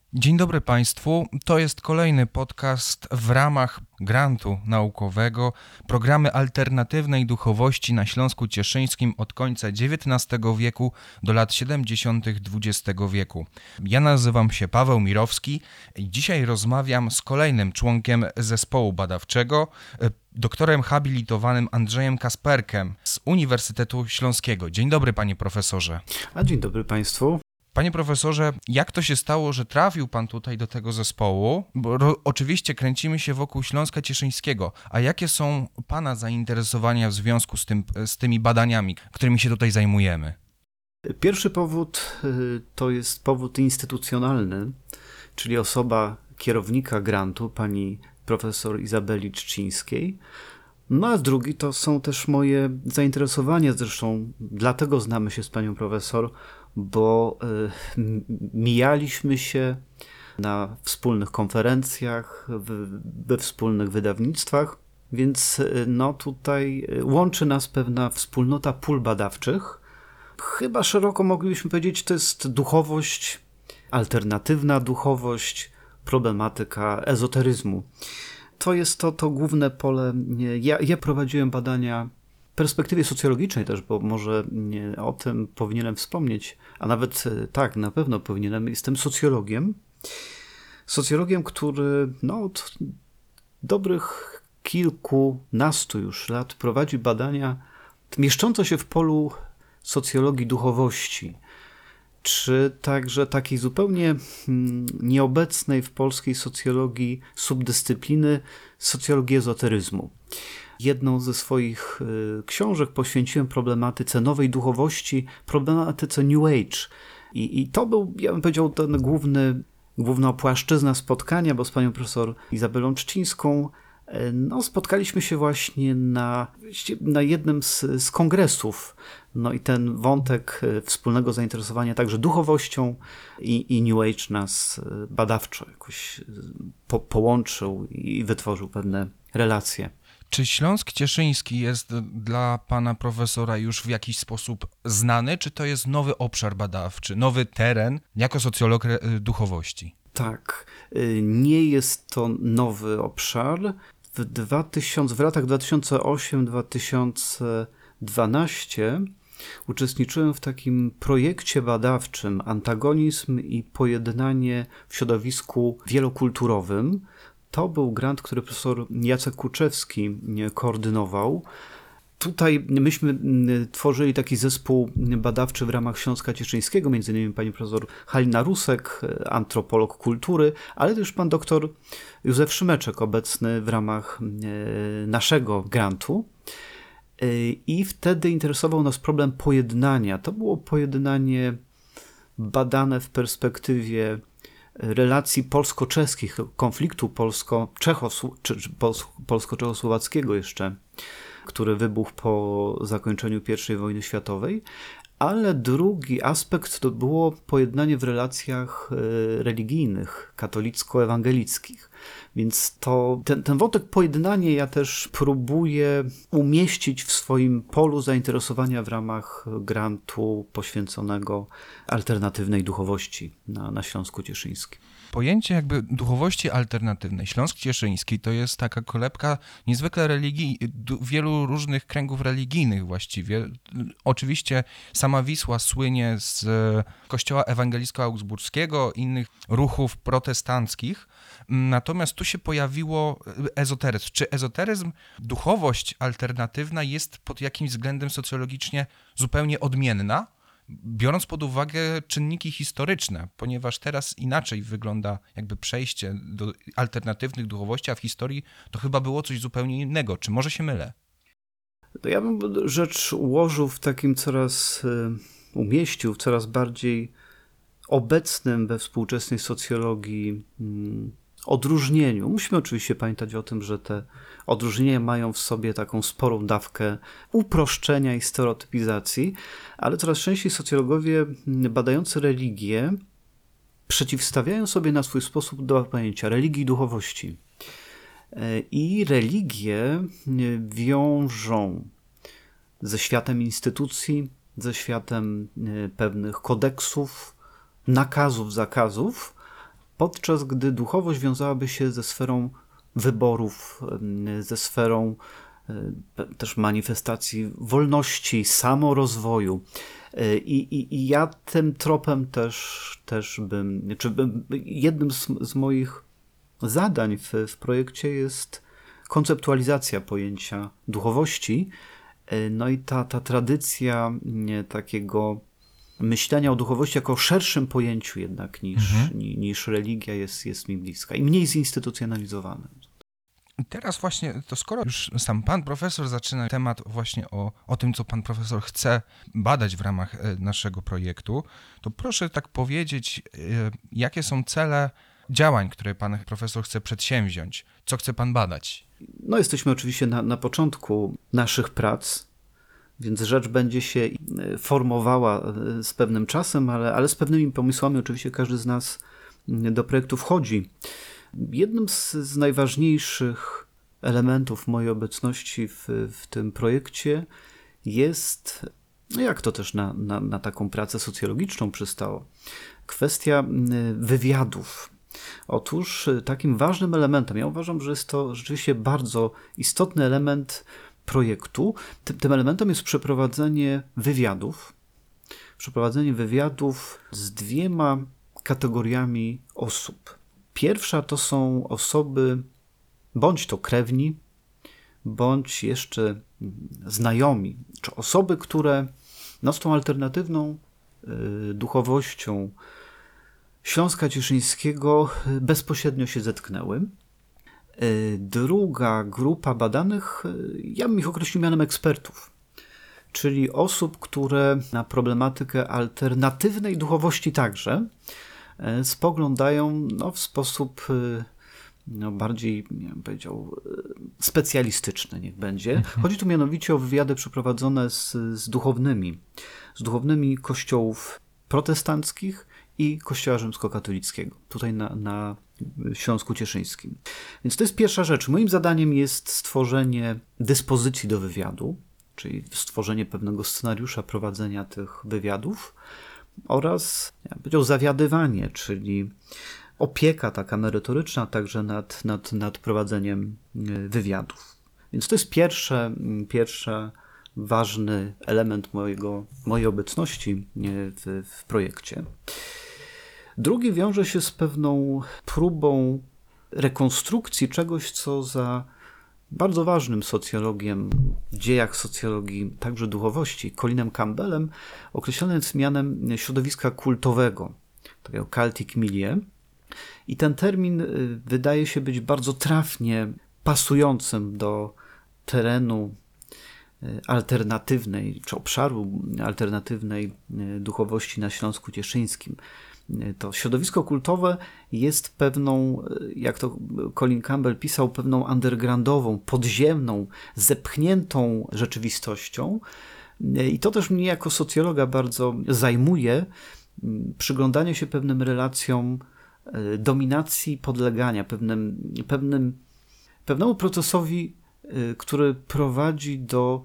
Dzień dobry Państwu. To jest kolejny podcast w ramach grantu naukowego Programy Alternatywnej Duchowości na Śląsku Cieszyńskim od końca XIX wieku do lat 70. XX wieku. Ja nazywam się Paweł Mirowski i dzisiaj rozmawiam z kolejnym członkiem zespołu badawczego, doktorem habilitowanym Andrzejem Kasperkiem z Uniwersytetu Śląskiego. Dzień dobry, panie profesorze. Dzień dobry Państwu. Panie profesorze, jak to się stało, że trafił pan tutaj do tego zespołu? Bo oczywiście kręcimy się wokół Śląska Cieszyńskiego, a jakie są pana zainteresowania w związku z tymi badaniami, którymi się tutaj zajmujemy? Pierwszy powód to jest powód instytucjonalny, czyli osoba kierownika grantu, pani profesor Izabeli Trzcińskiej. No a drugi to są też moje zainteresowania, zresztą dlatego znamy się z panią profesor, bo mijaliśmy się na wspólnych konferencjach, we wspólnych wydawnictwach, więc tutaj łączy nas pewna wspólnota pól badawczych. Chyba szeroko moglibyśmy powiedzieć, to jest duchowość, alternatywna duchowość, problematyka ezoteryzmu. To jest to główne pole. Ja prowadziłem badania w perspektywie socjologicznej też, bo może o tym powinienem wspomnieć, a nawet tak, na pewno powinienem. Jestem socjologiem. Socjologiem, który od dobrych kilkunastu już lat prowadzi badania mieszczące się w polu socjologii duchowości, czy także takiej zupełnie nieobecnej w polskiej socjologii subdyscypliny socjologii ezoteryzmu. Jedną ze swoich książek poświęciłem problematyce nowej duchowości, problematyce New Age. I to był, ja bym powiedział, ten główna płaszczyzna spotkania, bo z panią profesor Izabelą Trzcińską spotkaliśmy się właśnie na jednym z kongresów. I ten wątek wspólnego zainteresowania także duchowością i New Age nas badawczo jakoś połączył i wytworzył pewne relacje. Czy Śląsk Cieszyński jest dla pana profesora już w jakiś sposób znany, czy to jest nowy obszar badawczy, nowy teren jako socjolog duchowości? Tak, nie jest to nowy obszar. W latach 2008-2012 uczestniczyłem w takim projekcie badawczym Antagonizm i pojednanie w środowisku wielokulturowym. To był grant, który profesor Jacek Kuczewski koordynował. Tutaj myśmy tworzyli taki zespół badawczy w ramach Śląska Cieszyńskiego, między innymi pani profesor Halina Rusek, antropolog kultury, ale też pan doktor Józef Szymeczek, obecny w ramach naszego grantu. I wtedy interesował nas problem pojednania. To było pojednanie badane w perspektywie relacji polsko-czeskich, konfliktu polsko-czechosłowackiego jeszcze, który wybuchł po zakończeniu I wojny światowej, ale drugi aspekt to było pojednanie w relacjach religijnych, katolicko-ewangelickich. Więc ten wątek pojednania ja też próbuję umieścić w swoim polu zainteresowania w ramach grantu poświęconego alternatywnej duchowości na Śląsku Cieszyńskim. Pojęcie jakby duchowości alternatywnej, Śląsk Cieszyński, to jest taka kolebka niezwykle wielu różnych kręgów religijnych właściwie. Oczywiście sama Wisła słynie z kościoła ewangelicko-augsburskiego, innych ruchów protestanckich, natomiast tu się pojawiło ezoteryzm. Czy ezoteryzm, duchowość alternatywna jest pod jakimś względem socjologicznie zupełnie odmienna? Biorąc pod uwagę czynniki historyczne, ponieważ teraz inaczej wygląda jakby przejście do alternatywnych duchowości, a w historii to chyba było coś zupełnie innego. Czy może się mylę? To ja bym rzecz ułożył w takim umieścił w coraz bardziej obecnym we współczesnej socjologii odróżnieniu. Musimy oczywiście pamiętać o tym, że te odróżnienia mają w sobie taką sporą dawkę uproszczenia i stereotypizacji, ale coraz częściej socjologowie badający religię przeciwstawiają sobie na swój sposób dwa pojęcia religii i duchowości. I religię wiążą ze światem instytucji, ze światem pewnych kodeksów, nakazów, zakazów, podczas gdy duchowość wiązałaby się ze sferą wyborów, ze sferą też manifestacji wolności, samorozwoju. I ja tym tropem też jednym z moich zadań w projekcie jest konceptualizacja pojęcia duchowości. No i ta tradycja takiego myślenia o duchowości jako o szerszym pojęciu jednak niż religia jest mi bliska i mniej zinstytucjonalizowane. I teraz właśnie, to skoro już sam pan profesor zaczyna temat właśnie o tym, co pan profesor chce badać w ramach naszego projektu, to proszę tak powiedzieć, jakie są cele działań, które pan profesor chce przedsięwziąć, co chce pan badać? No jesteśmy oczywiście na początku naszych prac, więc rzecz będzie się formowała z pewnym czasem, ale z pewnymi pomysłami oczywiście każdy z nas do projektu wchodzi. Jednym z najważniejszych elementów mojej obecności w tym projekcie jest, no jak to też na taką pracę socjologiczną przystało, kwestia wywiadów. Otóż takim ważnym elementem, ja uważam, że jest to rzeczywiście bardzo istotny element projektu. Tym elementem jest przeprowadzenie wywiadów z 2 kategoriami osób. Pierwsza to są osoby bądź to krewni, bądź jeszcze znajomi, czy osoby, które z tą alternatywną duchowością Śląska Cieszyńskiego bezpośrednio się zetknęły. Druga grupa badanych, ja bym ich określił mianem ekspertów, czyli osób, które na problematykę alternatywnej duchowości także spoglądają w sposób bardziej, ja bym powiedział, specjalistyczny niech będzie. Chodzi tu mianowicie o wywiady przeprowadzone z duchownymi kościołów protestanckich i kościoła rzymskokatolickiego, tutaj na Śląsku Cieszyńskim. Więc to jest pierwsza rzecz. Moim zadaniem jest stworzenie dyspozycji do wywiadu, czyli stworzenie pewnego scenariusza prowadzenia tych wywiadów oraz, ja bym powiedział, zawiadywanie, czyli opieka taka merytoryczna także nad prowadzeniem wywiadów. Więc to jest pierwszy ważny element mojej obecności w projekcie. Drugi wiąże się z pewną próbą rekonstrukcji czegoś, co za bardzo ważnym socjologiem w dziejach socjologii, także duchowości, Colinem Campbellem, określone jest mianem środowiska kultowego, takiego cultic milieu. I ten termin wydaje się być bardzo trafnie pasującym do terenu alternatywnej, czy obszaru alternatywnej duchowości na Śląsku Cieszyńskim. To środowisko kultowe jest pewną, jak to Colin Campbell pisał, pewną undergroundową, podziemną, zepchniętą rzeczywistością. I to też mnie jako socjologa bardzo zajmuje, przyglądanie się pewnym relacjom dominacji, podlegania, pewnemu procesowi, który prowadzi do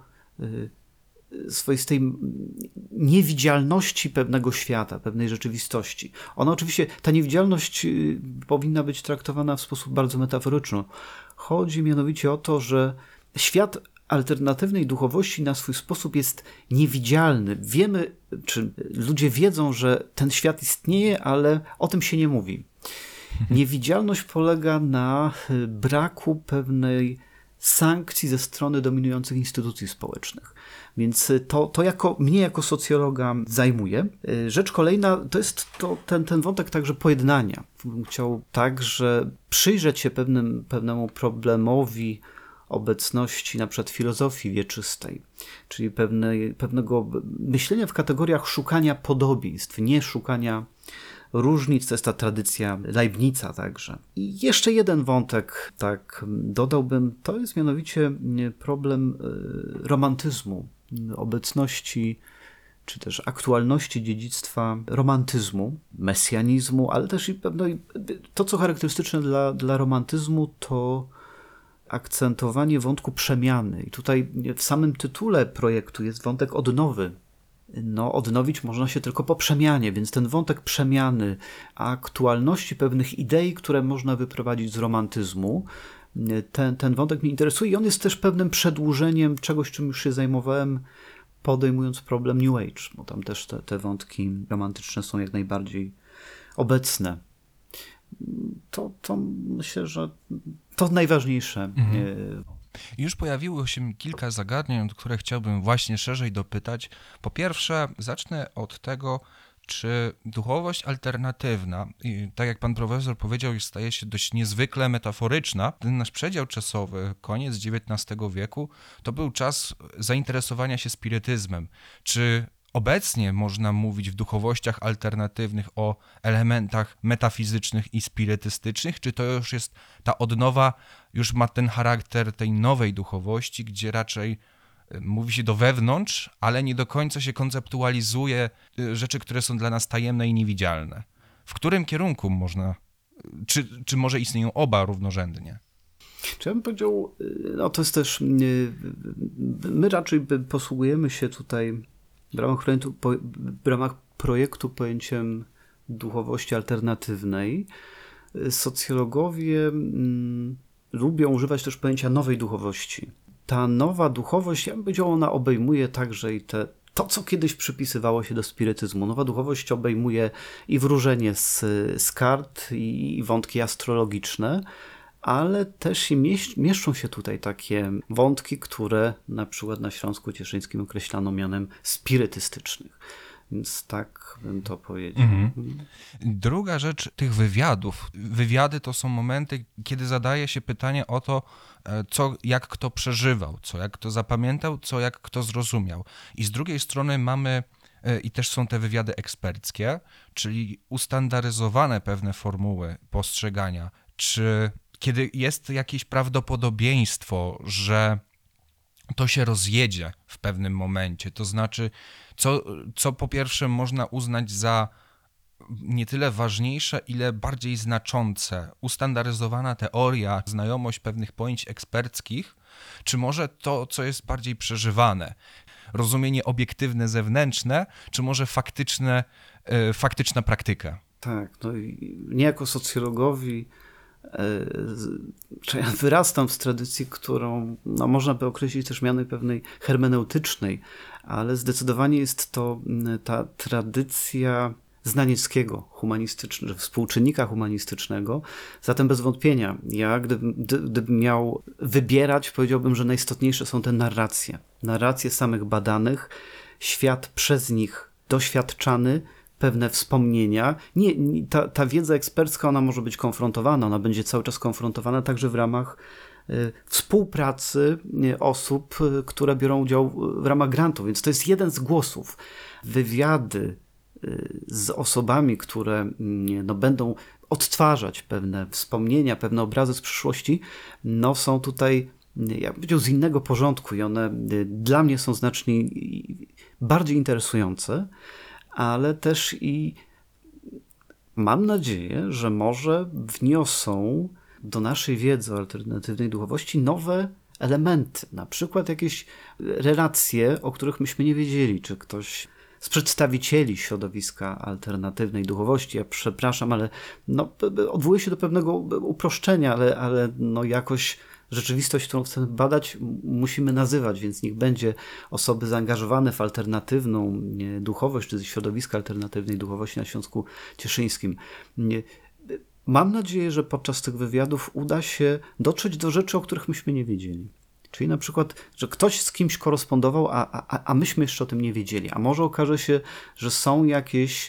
swoistej niewidzialności pewnego świata, pewnej rzeczywistości. Ta niewidzialność powinna być traktowana w sposób bardzo metaforyczny. Chodzi mianowicie o to, że świat alternatywnej duchowości na swój sposób jest niewidzialny. Wiemy, czy ludzie wiedzą, że ten świat istnieje, ale o tym się nie mówi. Niewidzialność polega na braku pewnej sankcji ze strony dominujących instytucji społecznych. Więc to mnie jako socjologa zajmuje. Rzecz kolejna to jest ten wątek także pojednania. Chciał także przyjrzeć się pewnemu problemowi obecności na przykład filozofii wieczystej, czyli pewnego myślenia w kategoriach szukania podobieństw, nie szukania różnic, to jest ta tradycja Leibnica także. I jeszcze jeden wątek, tak dodałbym, to jest mianowicie problem romantyzmu, obecności czy też aktualności dziedzictwa romantyzmu, mesjanizmu, ale też i to, co charakterystyczne dla romantyzmu, to akcentowanie wątku przemiany. I tutaj w samym tytule projektu jest wątek odnowy. odnowić można się tylko po przemianie, więc ten wątek przemiany, aktualności pewnych idei, które można wyprowadzić z romantyzmu, ten wątek mnie interesuje i on jest też pewnym przedłużeniem czegoś, czym już się zajmowałem, podejmując problem New Age, bo tam też te wątki romantyczne są jak najbardziej obecne. To myślę, że to najważniejsze. Już pojawiło się kilka zagadnień, o które chciałbym właśnie szerzej dopytać. Po pierwsze, zacznę od tego, czy duchowość alternatywna, tak jak pan profesor powiedział, już staje się dość niezwykle metaforyczna. Ten nasz przedział czasowy, koniec XIX wieku, to był czas zainteresowania się spirytyzmem. Czy obecnie można mówić w duchowościach alternatywnych o elementach metafizycznych i spirytystycznych, czy to już jest ta odnowa, już ma ten charakter tej nowej duchowości, gdzie raczej mówi się do wewnątrz, ale nie do końca się konceptualizuje rzeczy, które są dla nas tajemne i niewidzialne. W którym kierunku można, czy może istnieją oba równorzędnie? Czy ja bym powiedział, to jest też, my raczej posługujemy się tutaj w ramach projektu pojęciem duchowości alternatywnej. Socjologowie lubią używać też pojęcia nowej duchowości. Ta nowa duchowość, ja bym powiedział, ona obejmuje także i to, co kiedyś przypisywało się do spirytyzmu. Nowa duchowość obejmuje i wróżenie z kart, i wątki astrologiczne, ale też i mieszczą się tutaj takie wątki, które na przykład na Śląsku Cieszyńskim określano mianem spirytystycznych. Więc tak bym to powiedział. Druga rzecz tych wywiadów. Wywiady to są momenty, kiedy zadaje się pytanie o to, jak kto przeżywał, jak kto zapamiętał, jak kto zrozumiał. I z drugiej strony mamy, i też są te wywiady eksperckie, czyli ustandaryzowane pewne formuły postrzegania, czy kiedy jest jakieś prawdopodobieństwo, że to się rozjedzie w pewnym momencie, to znaczy, co po pierwsze można uznać za nie tyle ważniejsze, ile bardziej znaczące, ustandaryzowana teoria, znajomość pewnych pojęć eksperckich, czy może to, co jest bardziej przeżywane, rozumienie obiektywne, zewnętrzne, czy może faktyczna praktyka? Tak, niejako socjologowi ja wyrastam z tradycji, którą można by określić też mianem pewnej hermeneutycznej, ale zdecydowanie jest to ta tradycja Znanieckiego, współczynnika humanistycznego. Zatem bez wątpienia, ja gdybym miał wybierać, powiedziałbym, że najistotniejsze są te narracje. Narracje samych badanych, świat przez nich doświadczany, pewne wspomnienia. Ta wiedza ekspercka, ona może być konfrontowana, ona będzie cały czas konfrontowana także w ramach współpracy osób, które biorą udział w ramach grantów, więc to jest jeden z głosów. Wywiady z osobami, które będą odtwarzać pewne wspomnienia, pewne obrazy z przyszłości, są tutaj, ja bym powiedział, z innego porządku i one dla mnie są znacznie bardziej interesujące, ale też i mam nadzieję, że może wniosą do naszej wiedzy o alternatywnej duchowości nowe elementy, na przykład jakieś relacje, o których myśmy nie wiedzieli, czy ktoś z przedstawicieli środowiska alternatywnej duchowości, ja przepraszam, ale odwołuję się do pewnego uproszczenia, ale jakoś rzeczywistość, którą chcemy badać, musimy nazywać, więc niech będzie osoby zaangażowane w alternatywną duchowość, czy środowiska alternatywnej duchowości na Śląsku Cieszyńskim. Mam nadzieję, że podczas tych wywiadów uda się dotrzeć do rzeczy, o których myśmy nie wiedzieli. Czyli na przykład, że ktoś z kimś korespondował, a myśmy jeszcze o tym nie wiedzieli. A może okaże się, że są jakieś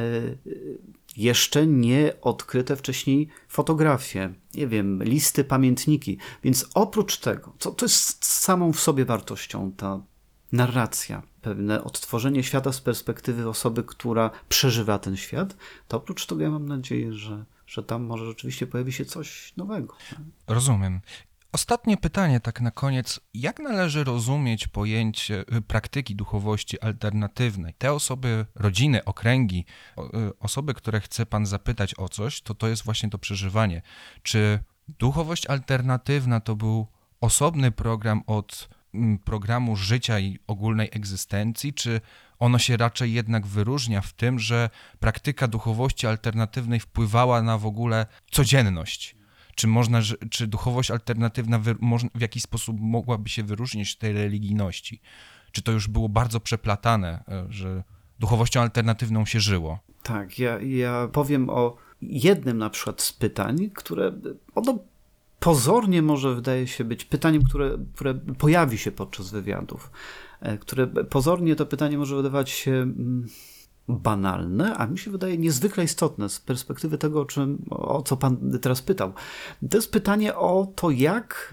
jeszcze nie odkryte wcześniej fotografie, nie wiem, listy, pamiętniki. Więc oprócz tego, to jest samą w sobie wartością, ta narracja, pewne odtworzenie świata z perspektywy osoby, która przeżywa ten świat, to oprócz tego ja mam nadzieję, że tam może rzeczywiście pojawi się coś nowego. Rozumiem. Ostatnie pytanie tak na koniec. Jak należy rozumieć pojęcie praktyki duchowości alternatywnej? Te osoby, rodziny, okręgi, osoby, które chce pan zapytać o coś, to jest właśnie to przeżywanie. Czy duchowość alternatywna to był osobny program od programu życia i ogólnej egzystencji, czy ono się raczej jednak wyróżnia w tym, że praktyka duchowości alternatywnej wpływała na w ogóle codzienność. Czy duchowość alternatywna w jakiś sposób mogłaby się wyróżnić od tej religijności? Czy to już było bardzo przeplatane, że duchowością alternatywną się żyło? Tak, ja powiem o jednym na przykład z pytań, które ono pozornie może wydaje się być pytaniem, które pojawi się podczas wywiadów, które pozornie to pytanie może wydawać się banalne, a mi się wydaje niezwykle istotne z perspektywy tego, o co pan teraz pytał. To jest pytanie o to, jak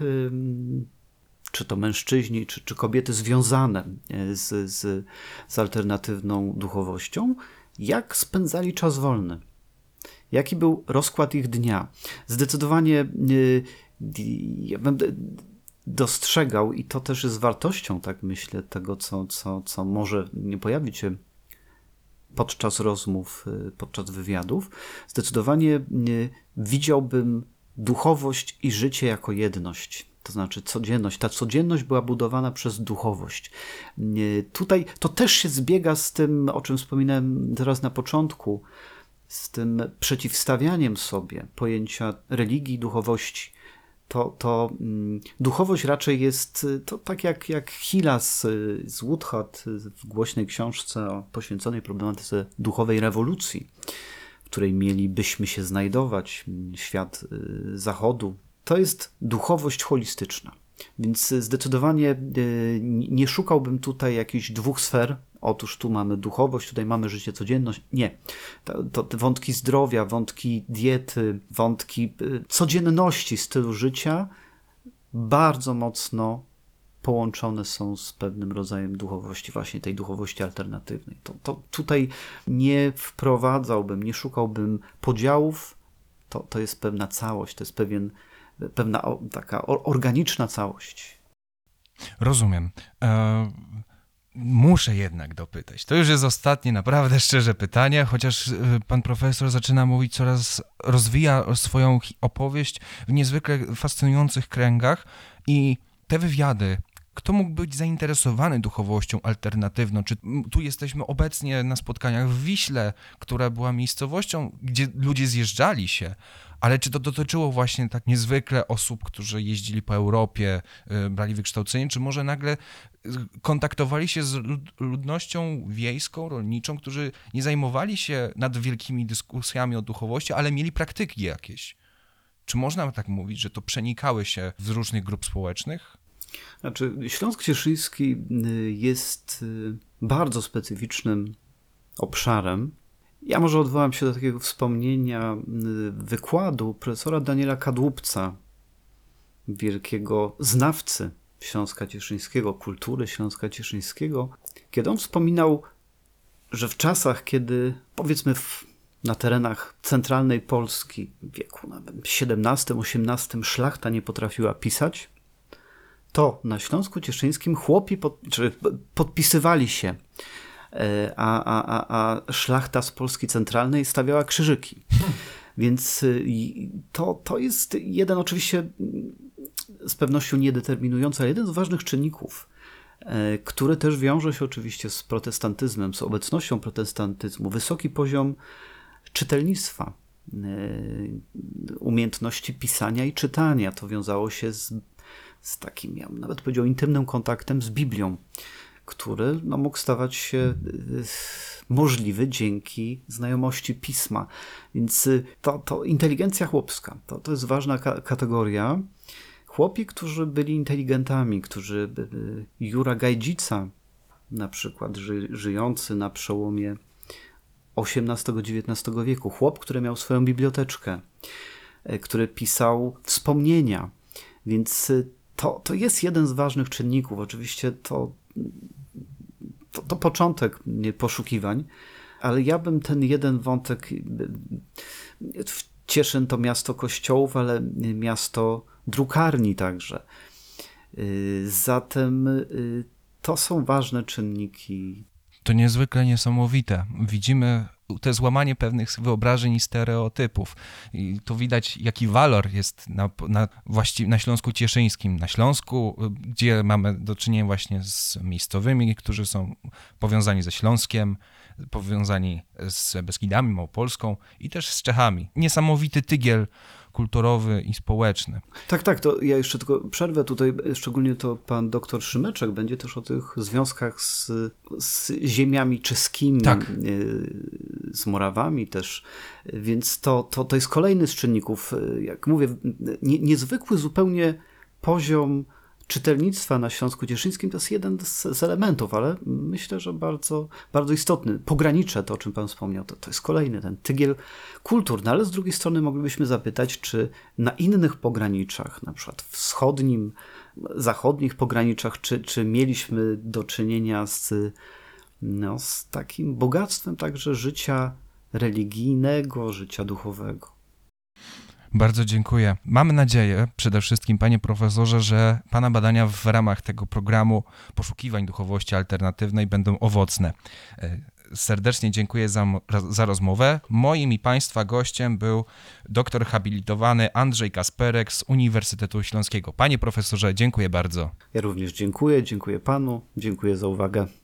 czy to mężczyźni, czy kobiety związane z alternatywną duchowością, jak spędzali czas wolny. Jaki był rozkład ich dnia? Zdecydowanie ja bym dostrzegał, i to też jest wartością, tak myślę, tego, co może nie pojawić się podczas rozmów, podczas wywiadów. Zdecydowanie widziałbym duchowość i życie jako jedność. To znaczy codzienność. Ta codzienność była budowana przez duchowość. Tutaj to też się zbiega z tym, o czym wspominałem teraz na początku, z tym przeciwstawianiem sobie pojęcia religii i duchowości. Duchowość raczej jest, to tak jak Hilla z Woodhull w głośnej książce poświęconej problematyce duchowej rewolucji, w której mielibyśmy się znajdować, świat zachodu. To jest duchowość holistyczna. Więc zdecydowanie nie szukałbym tutaj jakichś dwóch sfer. Otóż tu mamy duchowość, tutaj mamy życie, codzienność. Nie. To te wątki zdrowia, wątki diety, wątki codzienności, stylu życia bardzo mocno połączone są z pewnym rodzajem duchowości, właśnie tej duchowości alternatywnej. To tutaj nie wprowadzałbym, nie szukałbym podziałów. To jest pewna całość, to jest pewna taka organiczna całość. Rozumiem. Muszę jednak dopytać. To już jest ostatnie, naprawdę szczerze pytanie, chociaż pan profesor zaczyna mówić rozwija swoją opowieść w niezwykle fascynujących kręgach i te wywiady, kto mógł być zainteresowany duchowością alternatywną? Czy tu jesteśmy obecnie na spotkaniach w Wiśle, która była miejscowością, gdzie ludzie zjeżdżali się, ale czy to dotyczyło właśnie tak niezwykle osób, którzy jeździli po Europie, brali wykształcenie, czy może nagle kontaktowali się z ludnością wiejską, rolniczą, którzy nie zajmowali się nad wielkimi dyskusjami o duchowości, ale mieli praktyki jakieś? Czy można tak mówić, że to przenikały się z różnych grup społecznych? Znaczy, Śląsk Cieszyński jest bardzo specyficznym obszarem. Ja może odwołam się do takiego wspomnienia wykładu profesora Daniela Kadłubca, wielkiego znawcy Śląska Cieszyńskiego, kultury Śląska Cieszyńskiego, kiedy on wspominał, że w czasach, kiedy powiedzmy na terenach centralnej Polski w wieku nawet XVII-XVIII szlachta nie potrafiła pisać, to na Śląsku Cieszyńskim chłopi podpisywali się, a szlachta z Polski centralnej stawiała krzyżyki. Więc to jest jeden oczywiście z pewnością niedeterminujący, ale jeden z ważnych czynników, który też wiąże się oczywiście z protestantyzmem, z obecnością protestantyzmu. Wysoki poziom czytelnictwa, umiejętności pisania i czytania. To wiązało się z takim, ja bym nawet powiedział, intymnym kontaktem z Biblią, który mógł stawać się możliwy dzięki znajomości pisma. Więc to inteligencja chłopska, to jest ważna kategoria. Chłopi, którzy byli inteligentami, Jura Gajdzica na przykład, żyjący na przełomie XVIII-XIX wieku, chłop, który miał swoją biblioteczkę, który pisał wspomnienia, więc to jest jeden z ważnych czynników. Oczywiście to początek poszukiwań, ale ja bym ten jeden wątek, Cieszyn to miasto kościołów, ale miasto drukarni także. Zatem to są ważne czynniki. To niezwykle niesamowite. Widzimy to jest łamanie pewnych wyobrażeń i stereotypów. I tu widać, jaki walor jest na Śląsku Cieszyńskim. Na Śląsku, gdzie mamy do czynienia właśnie z miejscowymi, którzy są powiązani ze Śląskiem, powiązani z Beskidami, Małopolską i też z Czechami. Niesamowity tygiel kulturowy i społeczny. Tak, to ja jeszcze tylko przerwę tutaj, szczególnie to pan doktor Szymeczek będzie też o tych związkach z ziemiami czeskimi, Tak. Z Morawami też, więc to jest kolejny z czynników, jak mówię, niezwykły zupełnie poziom czytelnictwa na Śląsku Cieszyńskim to jest jeden z elementów, ale myślę, że bardzo, bardzo istotny. Pogranicze, to o czym pan wspomniał, to jest kolejny ten tygiel kultur. No ale z drugiej strony moglibyśmy zapytać, czy na innych pograniczach, na przykład wschodnim, zachodnich pograniczach, czy mieliśmy do czynienia z takim bogactwem także życia religijnego, życia duchowego. Bardzo dziękuję. Mamy nadzieję, przede wszystkim, panie profesorze, że pana badania w ramach tego programu poszukiwań duchowości alternatywnej będą owocne. Serdecznie dziękuję za rozmowę. Moim i państwa gościem był doktor habilitowany Andrzej Kasperek z Uniwersytetu Śląskiego. Panie profesorze, dziękuję bardzo. Ja również dziękuję panu, dziękuję za uwagę.